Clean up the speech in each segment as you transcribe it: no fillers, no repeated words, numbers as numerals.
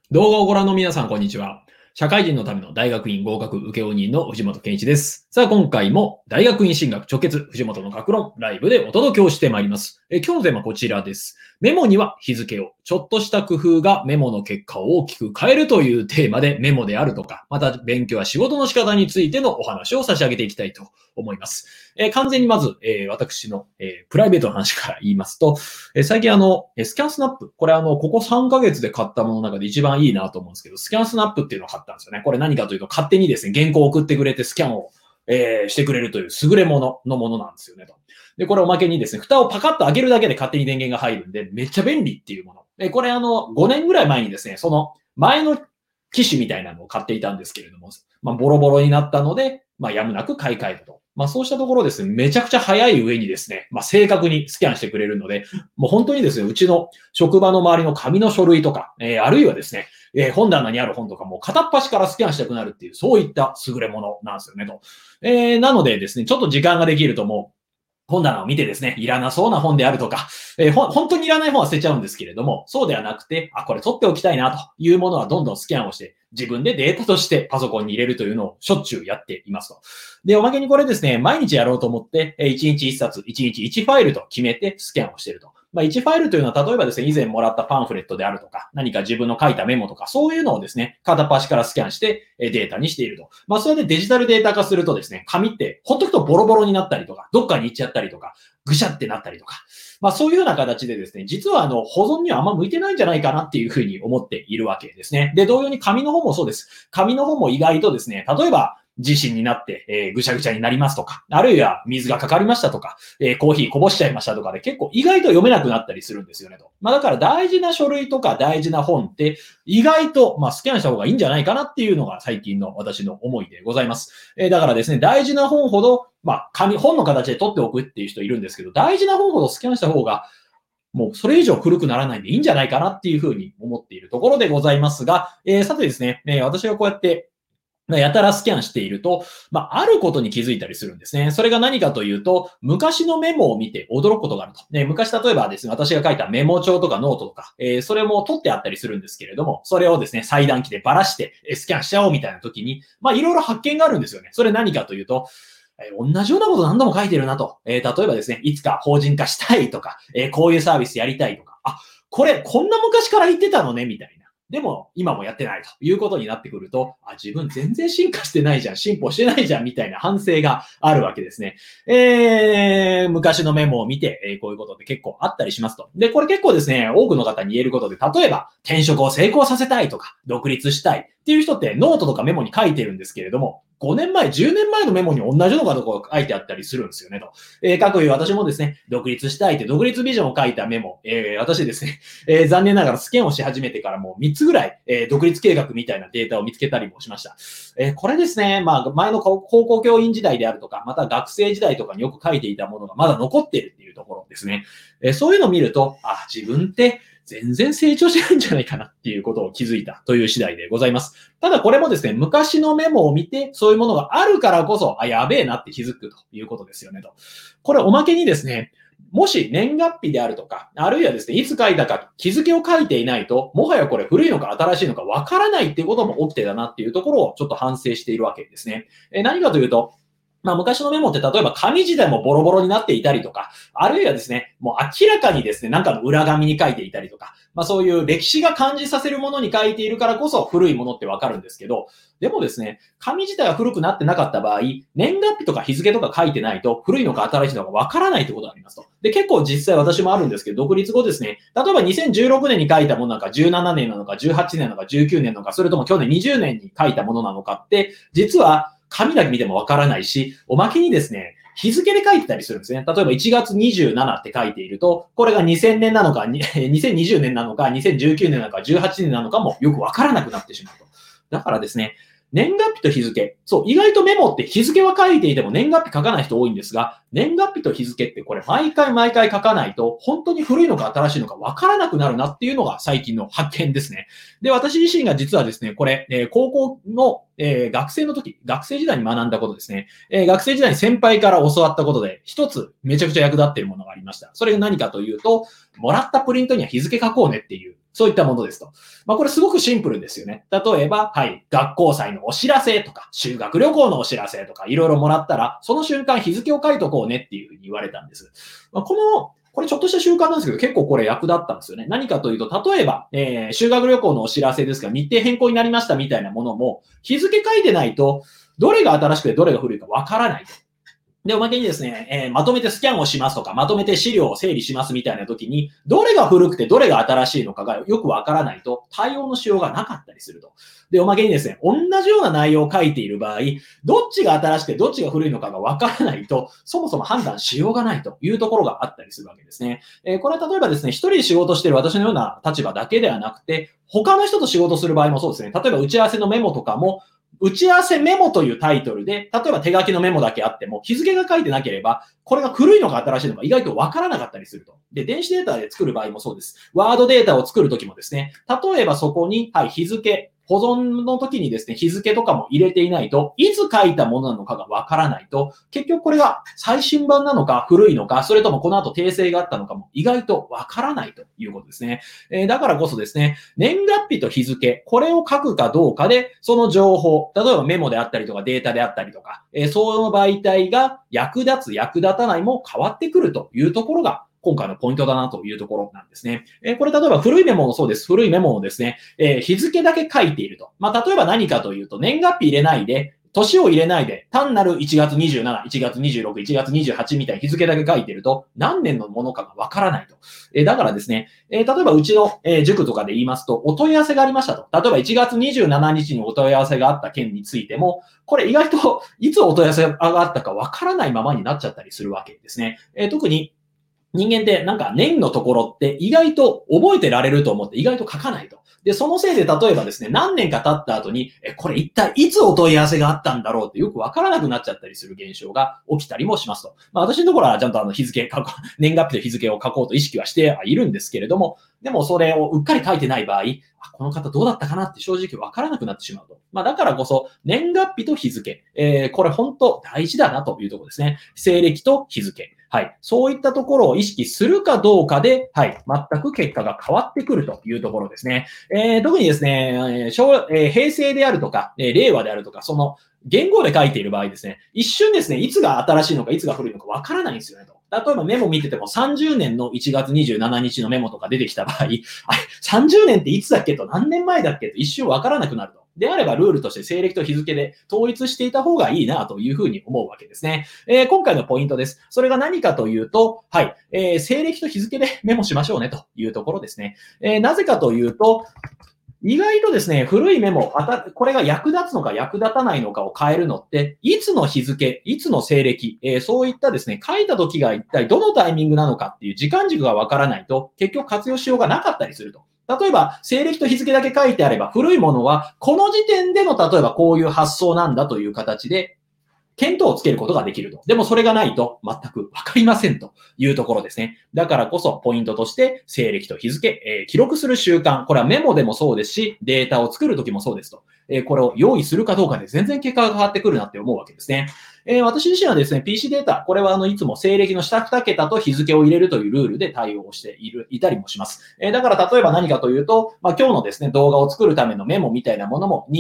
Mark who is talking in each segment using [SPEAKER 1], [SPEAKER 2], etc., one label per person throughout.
[SPEAKER 1] 動画をご覧の皆さん、こんにちは。社会人のための大学院合格請負人の藤本健一です。さあ、今回も大学院進学直結、藤本の学論、ライブでお届けをしてまいります。今日のテーマはこちらです。メモには日付を、ちょっとした工夫がメモの結果を大きく変えるというテーマでメモであるとか、また勉強や仕事の仕方についてのお話を差し上げていきたいと思います。完全にまず、私の、プライベートの話から言いますと、最近スキャンスナップ。これここ3ヶ月で買ったものの中で一番いいなと思うんですけど、スキャンスナップっていうのを買ったんですよね。これ何かというと、勝手にですね、原稿を送ってくれてスキャンを、してくれるという優れもののものなんですよねと。で、これおまけにですね、蓋をパカッと開けるだけで勝手に電源が入るんで、めっちゃ便利っていうもの。これ5年ぐらい前にですね、その前の機種みたいなのを買っていたんですけれども、ボロボロになったので、やむなく買い替えると。そうしたところですね、めちゃくちゃ早い上にですね、正確にスキャンしてくれるので、もう本当にですね、うちの職場の周りの紙の書類とか、あるいはですね、本棚にある本とかも片っ端からスキャンしたくなるっていう、そういった優れものなんですよねと。なのでですね、ちょっと時間ができるともう、本棚を見てですね、いらなそうな本であるとか、本当にいらない本は捨てちゃうんですけれども、そうではなくて、これ取っておきたいなというものはどんどんスキャンをして、自分でデータとしてパソコンに入れるというのをしょっちゅうやっていますと。で、おまけにこれですね、毎日やろうと思って、1日1冊、1日1ファイルと決めてスキャンをしていると。1ファイルというのは、例えばですね、以前もらったパンフレットであるとか、何か自分の書いたメモとか、そういうのをですね、片っ端からスキャンしてデータにしていると。それでデジタルデータ化するとですね、紙ってほっとくとボロボロになったりとか、どっかに行っちゃったりとか、ぐしゃってなったりとか、そういうような形でですね、実は保存にはあんま向いてないんじゃないかなっていうふうに思っているわけですね。で、同様に紙の方もそうです。紙の方も意外とですね、例えば、地震になって、ぐしゃぐしゃになりますとか、あるいは水がかかりましたとか、コーヒーこぼしちゃいましたとかで結構意外と読めなくなったりするんですよねと。だから大事な書類とか大事な本って意外とスキャンした方がいいんじゃないかなっていうのが最近の私の思いでございます。だからですね、大事な本ほど、本の形で取っておくっていう人いるんですけど、大事な本ほどスキャンした方がもうそれ以上古くならないんでいいんじゃないかなっていうふうに思っているところでございますが、さてですね、私がこうやってやたらスキャンしていると、あることに気づいたりするんですね。それが何かというと、昔のメモを見て驚くことがあると。昔例えばですね、私が書いたメモ帳とかノートとか、それも取ってあったりするんですけれども、それをですね、裁断機でばらして、スキャンしちゃおうみたいな時に、いろいろ発見があるんですよね。それ何かというと、同じようなこと何度も書いてるなと。例えばですね、いつか法人化したいとか、こういうサービスやりたいとか、これ、こんな昔から言ってたのね、みたいな。でも、今もやってないということになってくると、自分全然進化してないじゃん、進歩してないじゃん、みたいな反省があるわけですね。昔のメモを見て、こういうことって結構あったりしますと。で、これ結構ですね、多くの方に言えることで、例えば、転職を成功させたいとか、独立したいっていう人ってノートとかメモに書いてるんですけれども、5年前、10年前のメモに同じようなところが書いてあったりするんですよね、と。各いう私もですね、独立したいって独立ビジョンを書いたメモ、私ですね、残念ながらスキャンをし始めてからもう3つぐらい、独立計画みたいなデータを見つけたりもしました。これですね、前の高校教員時代であるとか、また学生時代とかによく書いていたものがまだ残っているっていうところですね。そういうのを見ると、自分って全然成長してないんじゃないかなっていうことを気づいたという次第でございます。ただこれもですね、昔のメモを見て、そういうものがあるからこそ、やべえなって気づくということですよねと。これおまけにですね、もし年月日であるとか、あるいはですね、いつ書いたか日付を書いていないと、もはやこれ古いのか新しいのかわからないっていうことも起きてたなっていうところをちょっと反省しているわけですね。何かというと、昔のメモって例えば紙自体もボロボロになっていたりとか、あるいはですね、もう明らかにですね、なんかの裏紙に書いていたりとか、そういう歴史が感じさせるものに書いているからこそ古いものってわかるんですけど、でもですね、紙自体が古くなってなかった場合、年月日とか日付とか書いてないと古いのか新しいのかわからないってことがありますと。で、結構実際私もあるんですけど、独立後ですね、例えば2016年に書いたものなのか、17年なのか、18年なのか、19年なのか、それとも去年20年に書いたものなのかって、実は紙だけ見てもわからないし、おまけにですね、日付で書いてたりするんですね。例えば1月27って書いていると、これが2000年なのか、2020年なのか、2019年なのか、18年なのかもよくわからなくなってしまうと。だからですね、年月日と日付。そう、意外とメモって日付は書いていても年月日書かない人多いんですが、年月日と日付ってこれ毎回毎回書かないと、本当に古いのか新しいのかわからなくなるなっていうのが最近の発見ですね。で、私自身が実はですね、これ、高校の、学生の時、学生時代に学んだことですね。学生時代に先輩から教わったことで、一つめちゃくちゃ役立っているものがありました。それが何かというと、もらったプリントには日付書こうねっていうそういったものですと。これすごくシンプルですよね。例えば、学校祭のお知らせとか、修学旅行のお知らせとか、いろいろもらったら、その瞬間日付を書いとこうねっていうふうに言われたんです。これちょっとした習慣なんですけど、結構これ役立ったんですよね。何かというと、例えば、修学旅行のお知らせですが、日程変更になりましたみたいなものも、日付書いてないと、どれが新しくてどれが古いかわからないと。で、おまけにですね、まとめてスキャンをしますとか、まとめて資料を整理しますみたいな時に、どれが古くてどれが新しいのかがよくわからないと、対応のしようがなかったりすると。で、おまけにですね、同じような内容を書いている場合、どっちが新しくてどっちが古いのかがわからないと、そもそも判断しようがないというところがあったりするわけですね。これは例えばですね、一人で仕事している私のような立場だけではなくて、他の人と仕事する場合もそうですね。例えば打ち合わせのメモとかも、打ち合わせメモというタイトルで、例えば手書きのメモだけあっても、日付が書いてなければ、これが古いのか新しいのか意外とわからなかったりすると。で、電子データで作る場合もそうです。ワードデータを作るときもですね、例えばそこに、日付、保存の時にですね、日付とかも入れていないと、いつ書いたものなのかがわからないと、結局これが最新版なのか古いのか、それともこの後訂正があったのかも意外とわからないということですね。だからこそですね、年月日と日付、これを書くかどうかで、その情報、例えばメモであったりとかデータであったりとか、その媒体が役立つ、役立たないも変わってくるというところが、今回のポイントだなというところなんですね。これ例えば古いメモもそうです。古いメモもですね、日付だけ書いていると。例えば何かというと、年月日入れないで、年を入れないで、単なる1月27、1月26、1月28みたいな日付だけ書いていると、何年のものかがわからないと。だからですね、例えばうちの塾とかで言いますと、お問い合わせがありましたと。例えば1月27日にお問い合わせがあった件についても、これ意外といつお問い合わせがあったかわからないままになっちゃったりするわけですね。特に人間ってなんか年のところって意外と覚えてられると思って意外と書かないと。で、そのせいで例えばですね、何年か経った後に、これ一体いつお問い合わせがあったんだろうってよくわからなくなっちゃったりする現象が起きたりもしますと。私のところはちゃんと日付書こう、年月日と日付を書こうと意識はしているんですけれども、でもそれをうっかり書いてない場合、この方どうだったかなって正直わからなくなってしまうと。だからこそ、年月日と日付、これ本当大事だなというところですね。西暦と日付。そういったところを意識するかどうかで、全く結果が変わってくるというところですね。特にですね、平成であるとか、令和であるとか、その言語で書いている場合ですね、一瞬ですね、いつが新しいのか、いつが古いのかわからないんですよねと。例えばメモ見てても30年の1月27日のメモとか出てきた場合、30年っていつだっけと何年前だっけと一瞬わからなくなると。であればルールとして西暦と日付で統一していた方がいいなというふうに思うわけですね。今回のポイントです。それが何かというと、西暦と日付でメモしましょうねというところですね。なぜかというと、意外とですね、古いメモ、これが役立つのか役立たないのかを変えるのって、いつの日付、いつの西暦、そういったですね、書いた時が一体どのタイミングなのかっていう時間軸がわからないと、結局活用しようがなかったりすると。例えば、西暦と日付だけ書いてあれば、古いものは、この時点での、例えばこういう発想なんだという形で、見当をつけることができると。でもそれがないと全くわかりませんというところですね。だからこそポイントとして西暦と日付、記録する習慣。これはメモでもそうですし、データを作るときもそうですと。これを用意するかどうかで全然結果が変わってくるなって思うわけですね。私自身はですね、PC データ、これはいつも西暦の下2桁と日付を入れるというルールで対応していたりもします。だから例えば何かというと、今日のですね、動画を作るためのメモみたいなものも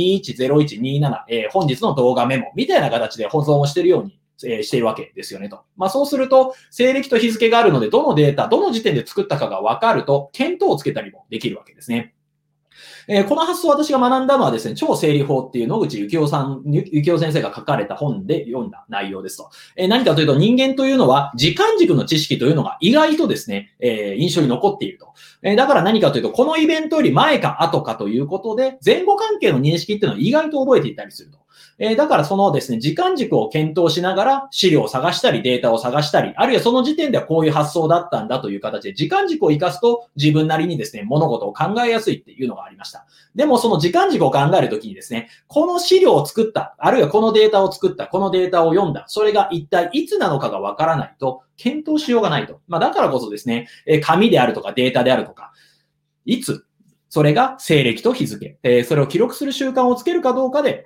[SPEAKER 1] 210127、本日の動画メモみたいな形で保存をしているようにしているわけですよねと。そうすると、西暦と日付があるので、どのデータ、どの時点で作ったかが分かると、見当をつけたりもできるわけですね。この発想を私が学んだのはですね、超整理法っていう野口幸雄先生が書かれた本で読んだ内容ですと。何かというと人間というのは時間軸の知識というのが意外とですね、印象に残っていると。だから何かというと、このイベントより前か後かということで、前後関係の認識っていうのは意外と覚えていたりすると。だからそのですね、時間軸を検討しながら資料を探したりデータを探したり、あるいはその時点ではこういう発想だったんだという形で時間軸を活かすと自分なりにですね、物事を考えやすいっていうのがありました。でもその時間軸を考えるときにですね、この資料を作った、あるいはこのデータを作った、このデータを読んだ、それが一体いつなのかがわからないと検討しようがないと。だからこそですね、紙であるとかデータであるとか、いつ、それが西暦と日付、それを記録する習慣をつけるかどうかで、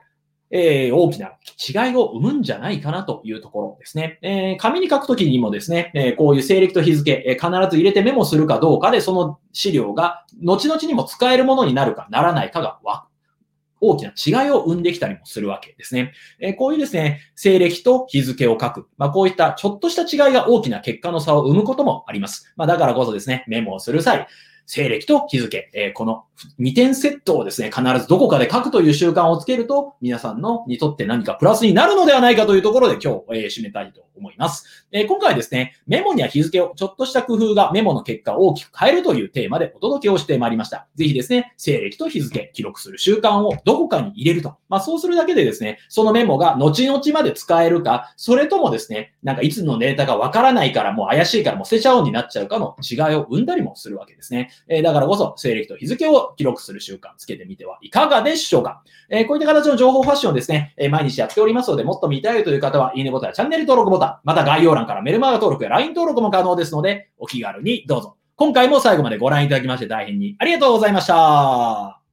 [SPEAKER 1] 大きな違いを生むんじゃないかなというところですね。紙に書くときにもですね、こういう西暦と日付、必ず入れてメモするかどうかで、その資料が後々にも使えるものになるかならないかが大きな違いを生んできたりもするわけですね。こういうですね、西暦と日付を書く。こういったちょっとした違いが大きな結果の差を生むこともあります。だからこそですね、メモをする際、西暦と日付、この2点セットをですね、必ずどこかで書くという習慣をつけると、皆さんにとって何かプラスになるのではないかというところで今日、締めたいと思います。今回はですね、メモには日付をちょっとした工夫がメモの結果を大きく変えるというテーマでお届けをしてまいりました。ぜひですね、西暦と日付、記録する習慣をどこかに入れると。そうするだけでですね、そのメモが後々まで使えるか、それともですね、なんかいつのデータがわからないからもう怪しいからもう捨てちゃおうになっちゃうかの違いを生んだりもするわけですね。だからこそ、西暦と日付を記録する習慣つけてみてはいかがでしょうか。こういった形の情報発信をですね、毎日やっておりますので、もっと見たいという方は、いいねボタンやチャンネル登録ボタン、また概要欄からメルマガ登録や LINE 登録も可能ですので、お気軽にどうぞ。今回も最後までご覧いただきまして大変にありがとうございました。